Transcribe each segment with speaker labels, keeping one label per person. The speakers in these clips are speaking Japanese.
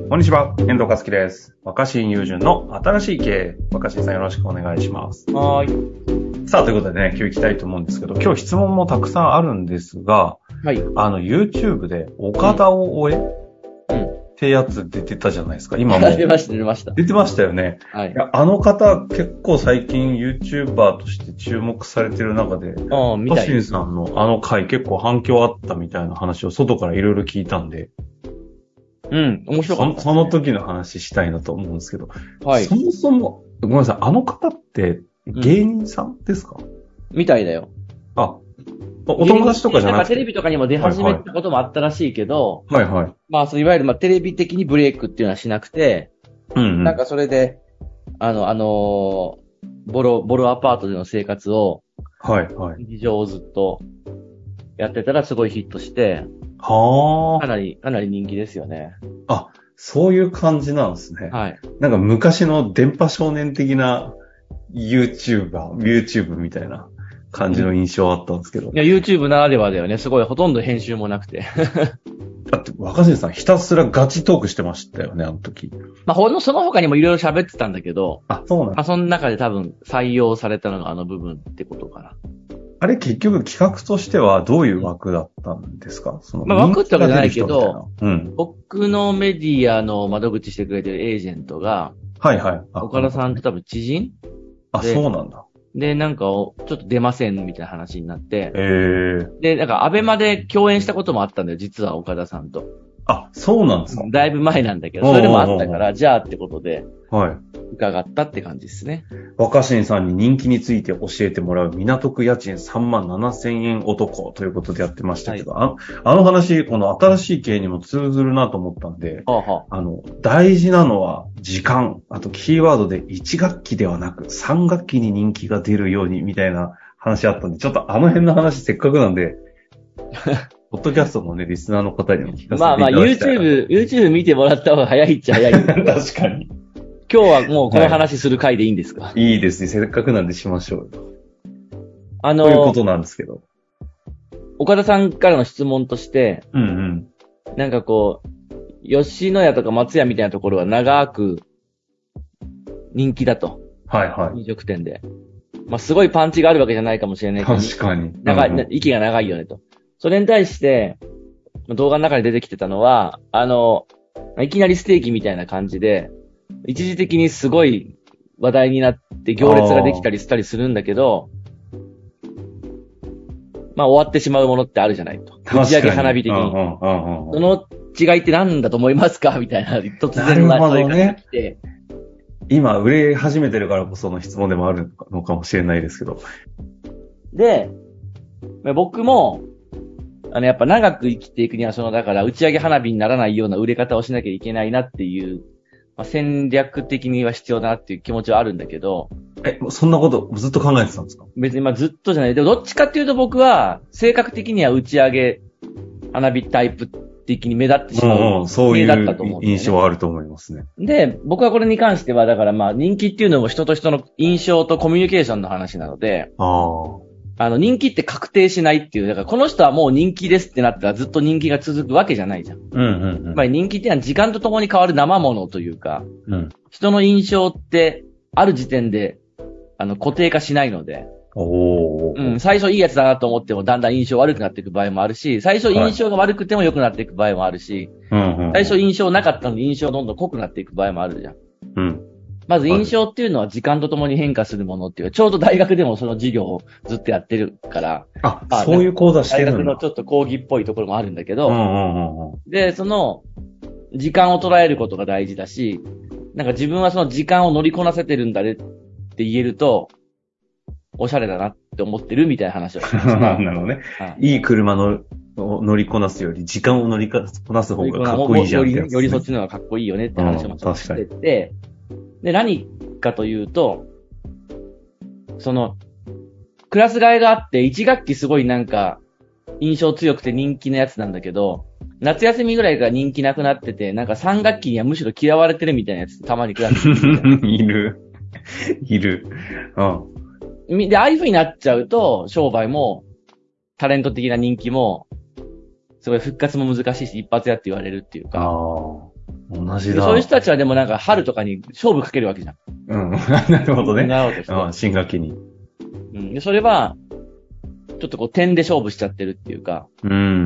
Speaker 1: こんにちは、遠藤和樹です。若新友人の新しい経営。若新さんよろしくお願いします。
Speaker 2: はーい。
Speaker 1: さあ、ということでね、今日行きたいと思うんですけど、今日質問もたくさんあるんですが、
Speaker 2: はい。
Speaker 1: YouTube で岡田を追えってやつ出てたじゃないですか。今も。
Speaker 2: 出ました。
Speaker 1: 出てましたよね。
Speaker 2: はい。
Speaker 1: いや、あの方、結構最近 YouTuber として注目されてる中で、
Speaker 2: みたい。
Speaker 1: 若新さんのあの回結構反響あったみたいな話を外からいろいろ聞いたんで、
Speaker 2: 面白かった、ね。
Speaker 1: その時の話したいなと思うんですけど、
Speaker 2: はい。
Speaker 1: そもそも、ごめんなさい、あの方って芸人さんですか？
Speaker 2: みたいだよ。
Speaker 1: お友達とかじゃなくて。
Speaker 2: なんかテレビとかにも出始めたこともあったらしいけど、
Speaker 1: はいはい。
Speaker 2: まあ、いわゆるテレビ的にブレイクっていうのはしなくて、なんかそれで、ボロアパートでの生活を、
Speaker 1: はいはい。
Speaker 2: 日常をずっとやってたらすごいヒットして、
Speaker 1: は
Speaker 2: かなり人気ですよね。
Speaker 1: そういう感じなんですね。
Speaker 2: はい。
Speaker 1: なんか昔の電波少年的な YouTube みたいな感じの印象あったんですけど。
Speaker 2: いや、YouTube ならではだよね。すごい、ほとんど編集もなくて。
Speaker 1: だって、若新さんひたすらガチトークしてましたよね、あの時。
Speaker 2: まあ、その他にもいろいろ喋ってたんだけど、
Speaker 1: そうなんだ。
Speaker 2: その中で多分採用されたのがあの部分ってことかな。
Speaker 1: あれ結局企画としてはどういう枠だったんですか？
Speaker 2: 枠ってわけじゃないけど、
Speaker 1: うん。
Speaker 2: 僕のメディアの窓口してくれてるエージェントが、
Speaker 1: はいはい。
Speaker 2: 岡田さんと多分知人
Speaker 1: そうなんだ。
Speaker 2: で、なんかちょっと出ませんみたいな話になって、
Speaker 1: で、
Speaker 2: なんかアベマで共演したこともあったんだよ、実は岡田さんと。
Speaker 1: そうなんですか？
Speaker 2: だいぶ前なんだけど、それでもあったから、じゃあってことで、
Speaker 1: はい。
Speaker 2: 伺ったって感じですね。
Speaker 1: 若新さんに人気について教えてもらう港区家賃37,000円男ということでやってましたけど、あの話、この新しい経営にも通ずるなと思ったんで、大事なのは時間、あとキーワードで1学期ではなく3学期に人気が出るようにみたいな話あったんで、ちょっとあの辺の話せっかくなんで、ポッドキャストのね、リスナーの方にも聞かせていただきたい。
Speaker 2: YouTube 見てもらった方が早いっちゃ早い。
Speaker 1: 確かに。
Speaker 2: 今日はもうこの話する回でいいんですか？
Speaker 1: いいですね。せっかくなんでしましょう。ということなんですけど。
Speaker 2: 岡田さんからの質問として、なんかこう、吉野家とか松屋みたいなところは長く人気だと。
Speaker 1: はいはい。
Speaker 2: 飲食店で。まあ、すごいパンチがあるわけじゃないかもしれないけど。
Speaker 1: 確かに。
Speaker 2: 息が長いよねと。それに対して、動画の中に出てきてたのは、いきなりステーキみたいな感じで、一時的にすごい話題になって行列ができたりしたりするんだけど、まあ終わってしまうものってあるじゃないと。打ち上げ花火的に。その違いって何だと思いますかみたいな突然の問いが来て。
Speaker 1: 今売れ始めてるからこその質問でもあるのかもしれないですけど。
Speaker 2: で、僕も、やっぱ長く生きていくにはだから打ち上げ花火にならないような売れ方をしなきゃいけないなっていう、戦略的には必要だなっていう気持ちはあるんだけど。
Speaker 1: そんなことずっと考えてたんですか？
Speaker 2: 別にずっとじゃない。でもどっちかっていうと僕は、性格的には打ち上げ花火タイプ的に目立ってしまう。
Speaker 1: そういう印象はあると思いますね。
Speaker 2: で、僕はこれに関しては、だから人気っていうのも人と人の印象とコミュニケーションの話なので、人気って確定しないっていう、だからこの人はもう人気ですってなったらずっと人気が続くわけじゃないじゃん。やっぱり人気っていうのは時間とともに変わる生ものというか、人の印象ってある時点で固定化しないので、最初いいやつだなと思ってもだんだん印象悪くなっていく場合もあるし、最初印象が悪くても良くなっていく場合もあるし、最初印象なかったのに印象どんどん濃くなっていく場合もあるじゃん。まず印象っていうのは時間とともに変化するものっていうか、ちょうど大学でもその授業をずっとやってるから、
Speaker 1: そういう講座してるんだ。
Speaker 2: 大学のちょっと講義っぽいところもあるんだけど、で、その時間を捉えることが大事だし、なんか自分はその時間を乗りこなせてるんだねって言えると、おしゃれだなって思ってるみたいな話をしてました。
Speaker 1: なるほどね。いい車を乗りこなすより時間を乗りこなす方がかっこいいじゃんってやつですね。
Speaker 2: よりそっちの方がかっこいいよねって話をしてて、で、何かというと、クラス替えがあって、1学期すごいなんか、印象強くて人気なやつなんだけど、夏休みぐらいから人気なくなってて、なんか3学期にはむしろ嫌われてるみたいなやつたまにクラス
Speaker 1: いる。
Speaker 2: で、ああいう風になっちゃうと、商売も、タレント的な人気も、すごい復活も難しいし、一発やって言われるっていうか。
Speaker 1: 同じだ。
Speaker 2: そういう人たちはでもなんか春とかに勝負かけるわけじゃん。
Speaker 1: うん。なるほどね。
Speaker 2: なるほど。
Speaker 1: 新学期に。
Speaker 2: うん。で、それは、ちょっとこう点で勝負しちゃってるっていうか。
Speaker 1: うん。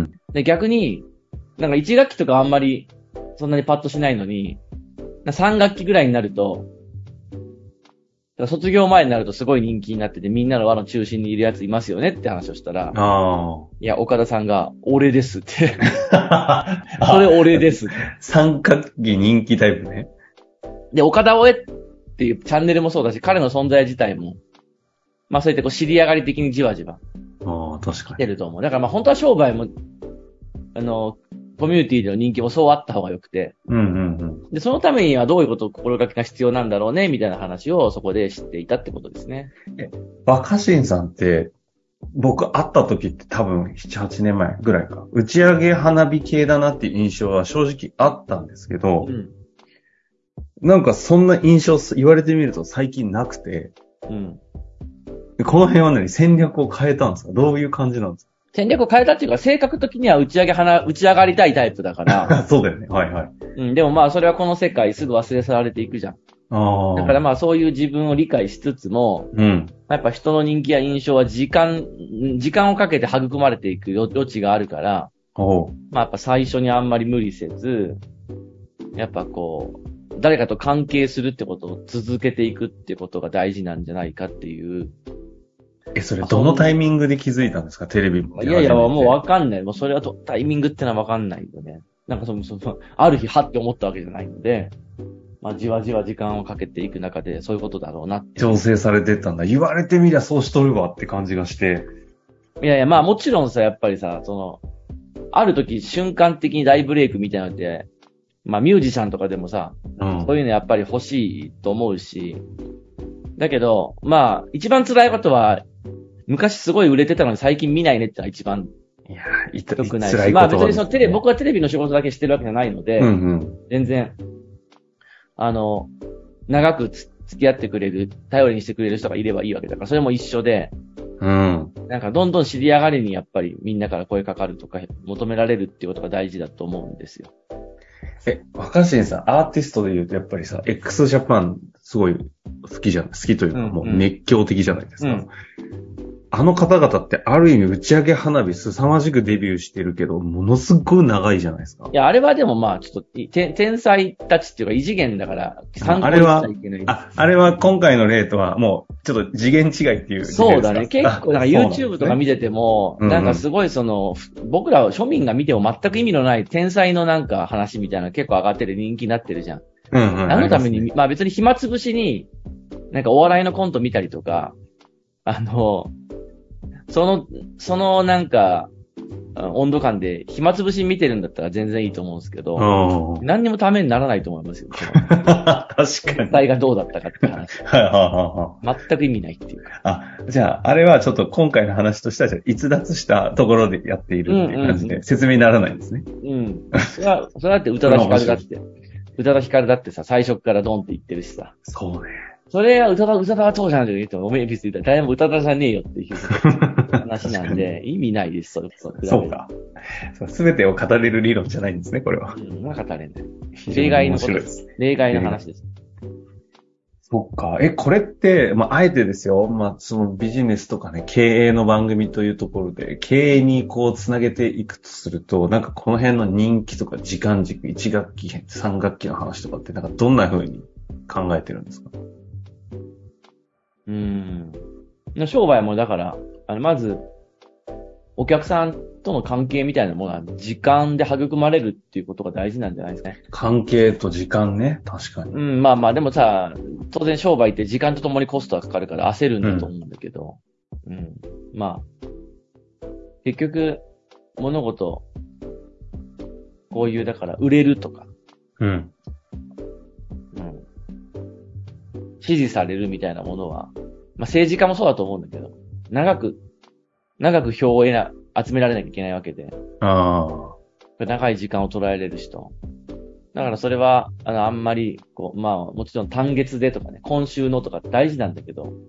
Speaker 2: で、逆に、なんか1学期とかあんまり、そんなにパッとしないのに、3学期ぐらいになると、卒業前になるとすごい人気になってて、みんなの輪の中心にいるやついますよねって話をしたら、いや、岡田さんが、俺ですって。それ俺です。
Speaker 1: 三角期人気タイプね。
Speaker 2: で、岡田俺っていうチャンネルもそうだし、彼の存在自体も、まあそうやってこう知り上がり的にじわじわ。
Speaker 1: 確かに。
Speaker 2: 来てると思う。だからまあ本当は商売も、コミュニティでの人気もそうあった方が良くて。で、そのためにはどういうことを心がけが必要なんだろうね、みたいな話をそこで知っていたってことですね。
Speaker 1: 若新さんって、僕会った時って多分7、8年前ぐらいか。打ち上げ花火系だなっていう印象は正直あったんですけど、なんかそんな印象言われてみると最近なくて、この辺は何戦略を変えたんですか？どういう感じなんですか？
Speaker 2: 戦略を変えたっていうか、性格的には打ち上がりたいタイプだから。
Speaker 1: そうだよね。はいはい。
Speaker 2: でもまあそれはこの世界すぐ忘れ去られていくじゃん。だからまあそういう自分を理解しつつも、やっぱ人の人気や印象は時間をかけて育まれていく余地があるから、まあやっぱ最初にあんまり無理せず、やっぱこう、誰かと関係するってことを続けていくってことが大事なんじゃないかっていう。
Speaker 1: それどのタイミングで気づいたんですか？テレビも。
Speaker 2: いや、もうわかんない。もうそれはタイミングってのはわかんないよね。なんかある日はって思ったわけじゃないので、まあじわじわ時間をかけていく中でそういうことだろうなって。
Speaker 1: 調整されてったんだ。言われてみりゃそうしとるわって感じがして。
Speaker 2: いや、まあもちろんさ、やっぱりさ、ある時瞬間的に大ブレイクみたいなのって、まあミュージシャンとかでもさ、そういうのやっぱり欲しいと思うし、だけど、まあ一番辛いことは、昔すごい売れてたのに最近見ないねってのは一番良くないし。まあ別に僕はテレビの仕事だけしてるわけじゃないので、全然、長く付き合ってくれる、頼りにしてくれる人がいればいいわけだから、それも一緒で、なんかどんどん知り上がりにやっぱりみんなから声かかるとか求められるっていうことが大事だと思うんですよ。
Speaker 1: 若新さん、アーティストで言うとやっぱりさ、x ジャパンすごい好きというか、もう熱狂的じゃないですか。あの方々ってある意味打ち上げ花火凄まじくデビューしてるけど、ものすごい長いじゃないですか。
Speaker 2: いや、あれはでもまあ、ちょっと、天才たちっていうか異次元だから、
Speaker 1: 参考にしちゃいけない。あれは今回の例とはもう、ちょっと次元違いっていう。
Speaker 2: そうだね。結構、なんか YouTube とか見てても、なんかすごい僕ら庶民が見ても全く意味のない天才のなんか話みたいな結構上がってる人気になってるじゃん。何のために、まあ別に暇つぶしに、なんかお笑いのコント見たりとか、そのなんか、温度感で暇つぶし見てるんだったら全然いいと思うんですけど、何にもためにならないと思いますよ。
Speaker 1: 確かに。
Speaker 2: 実際がどうだったかって話。全く意味ないっていうか。
Speaker 1: じゃあ、あれはちょっと今回の話としては、逸脱したところでやっているっていう感じで、説明にならないんですね。
Speaker 2: それはだって宇多田ヒカルだって。宇多田ヒカルだってさ、最初からドンって言ってるしさ。
Speaker 1: そうね。
Speaker 2: それは宇多田はそうじゃんって言っても、おめえビス言ったら誰も宇多田じゃねえよっていう話なんで、意味ないです、
Speaker 1: そうか。すべてを語れる理論じゃないんですね、これは。
Speaker 2: まあ語れない。例外のことです。例外の話です。
Speaker 1: そっか。これって、まあ、あえてですよ。まあ、そのビジネスとかね、経営の番組というところで、経営にこう、つなげていくとすると、なんかこの辺の人気とか時間軸、1学期、3学期の話とかって、なんかどんな風に考えてるんですか？
Speaker 2: 商売もだから、まず、お客さんとの関係みたいなものは時間で育まれるっていうことが大事なんじゃないですかね。
Speaker 1: 関係と時間ね。確かに。
Speaker 2: まあでもさ、当然商売って時間とともにコストがかかるから焦るんだと思うんだけど、まあ、結局、物事、こういう、だから売れるとか、支持されるみたいなものは、まあ政治家もそうだと思うんだけど、長く票を集められなきゃいけないわけで。長い時間を捉えれる人。だからそれは、あんまり、まあ、もちろん単月でとかね、今週のとか大事なんだけど。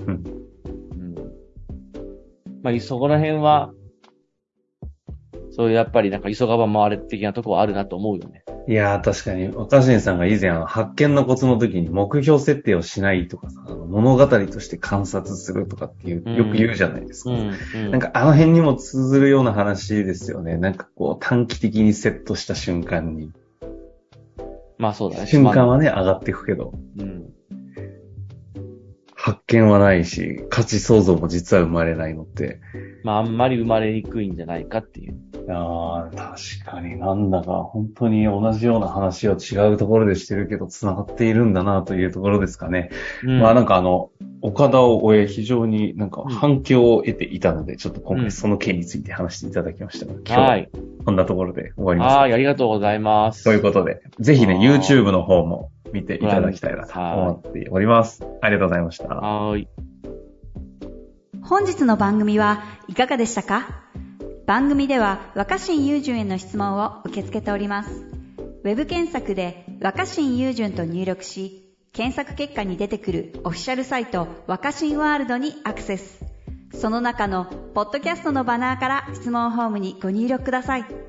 Speaker 2: まあ、そこら辺は、そういうやっぱりなんか急がば回れ的なとこはあるなと思うよね。
Speaker 1: いやー、確かに、若新さんが以前、発見のコツの時に目標設定をしないとかさ、物語として観察するとかっていう、よく言うじゃないですか。なんかあの辺にも通ずるような話ですよね。なんかこう、短期的にセットした瞬間に。
Speaker 2: まあそうだね。
Speaker 1: 瞬間はね、上がっていくけど。発見はないし、価値創造も実は生まれないのって。
Speaker 2: まああんまり生まれにくいんじゃないかっていう。
Speaker 1: ああ、確かになんだか本当に同じような話を違うところでしてるけど繋がっているんだなというところですかね。まあなんか岡田を終え非常になんか反響を得ていたので、ちょっと今回その件について話していただきましたが、今日はこんなところで終わります。
Speaker 2: はい、ありがとうございます。
Speaker 1: ということで、ぜひね、YouTube の方も見ていただきたいなと思っております。ありがとうございました。
Speaker 2: はい。
Speaker 3: 本日の番組はいかがでしたか？番組では若新雄純への質問を受け付けております。ウェブ検索で若新雄純と入力し、検索結果に出てくるオフィシャルサイト若新ワールドにアクセス。その中のポッドキャストのバナーから質問フォームにご入力ください。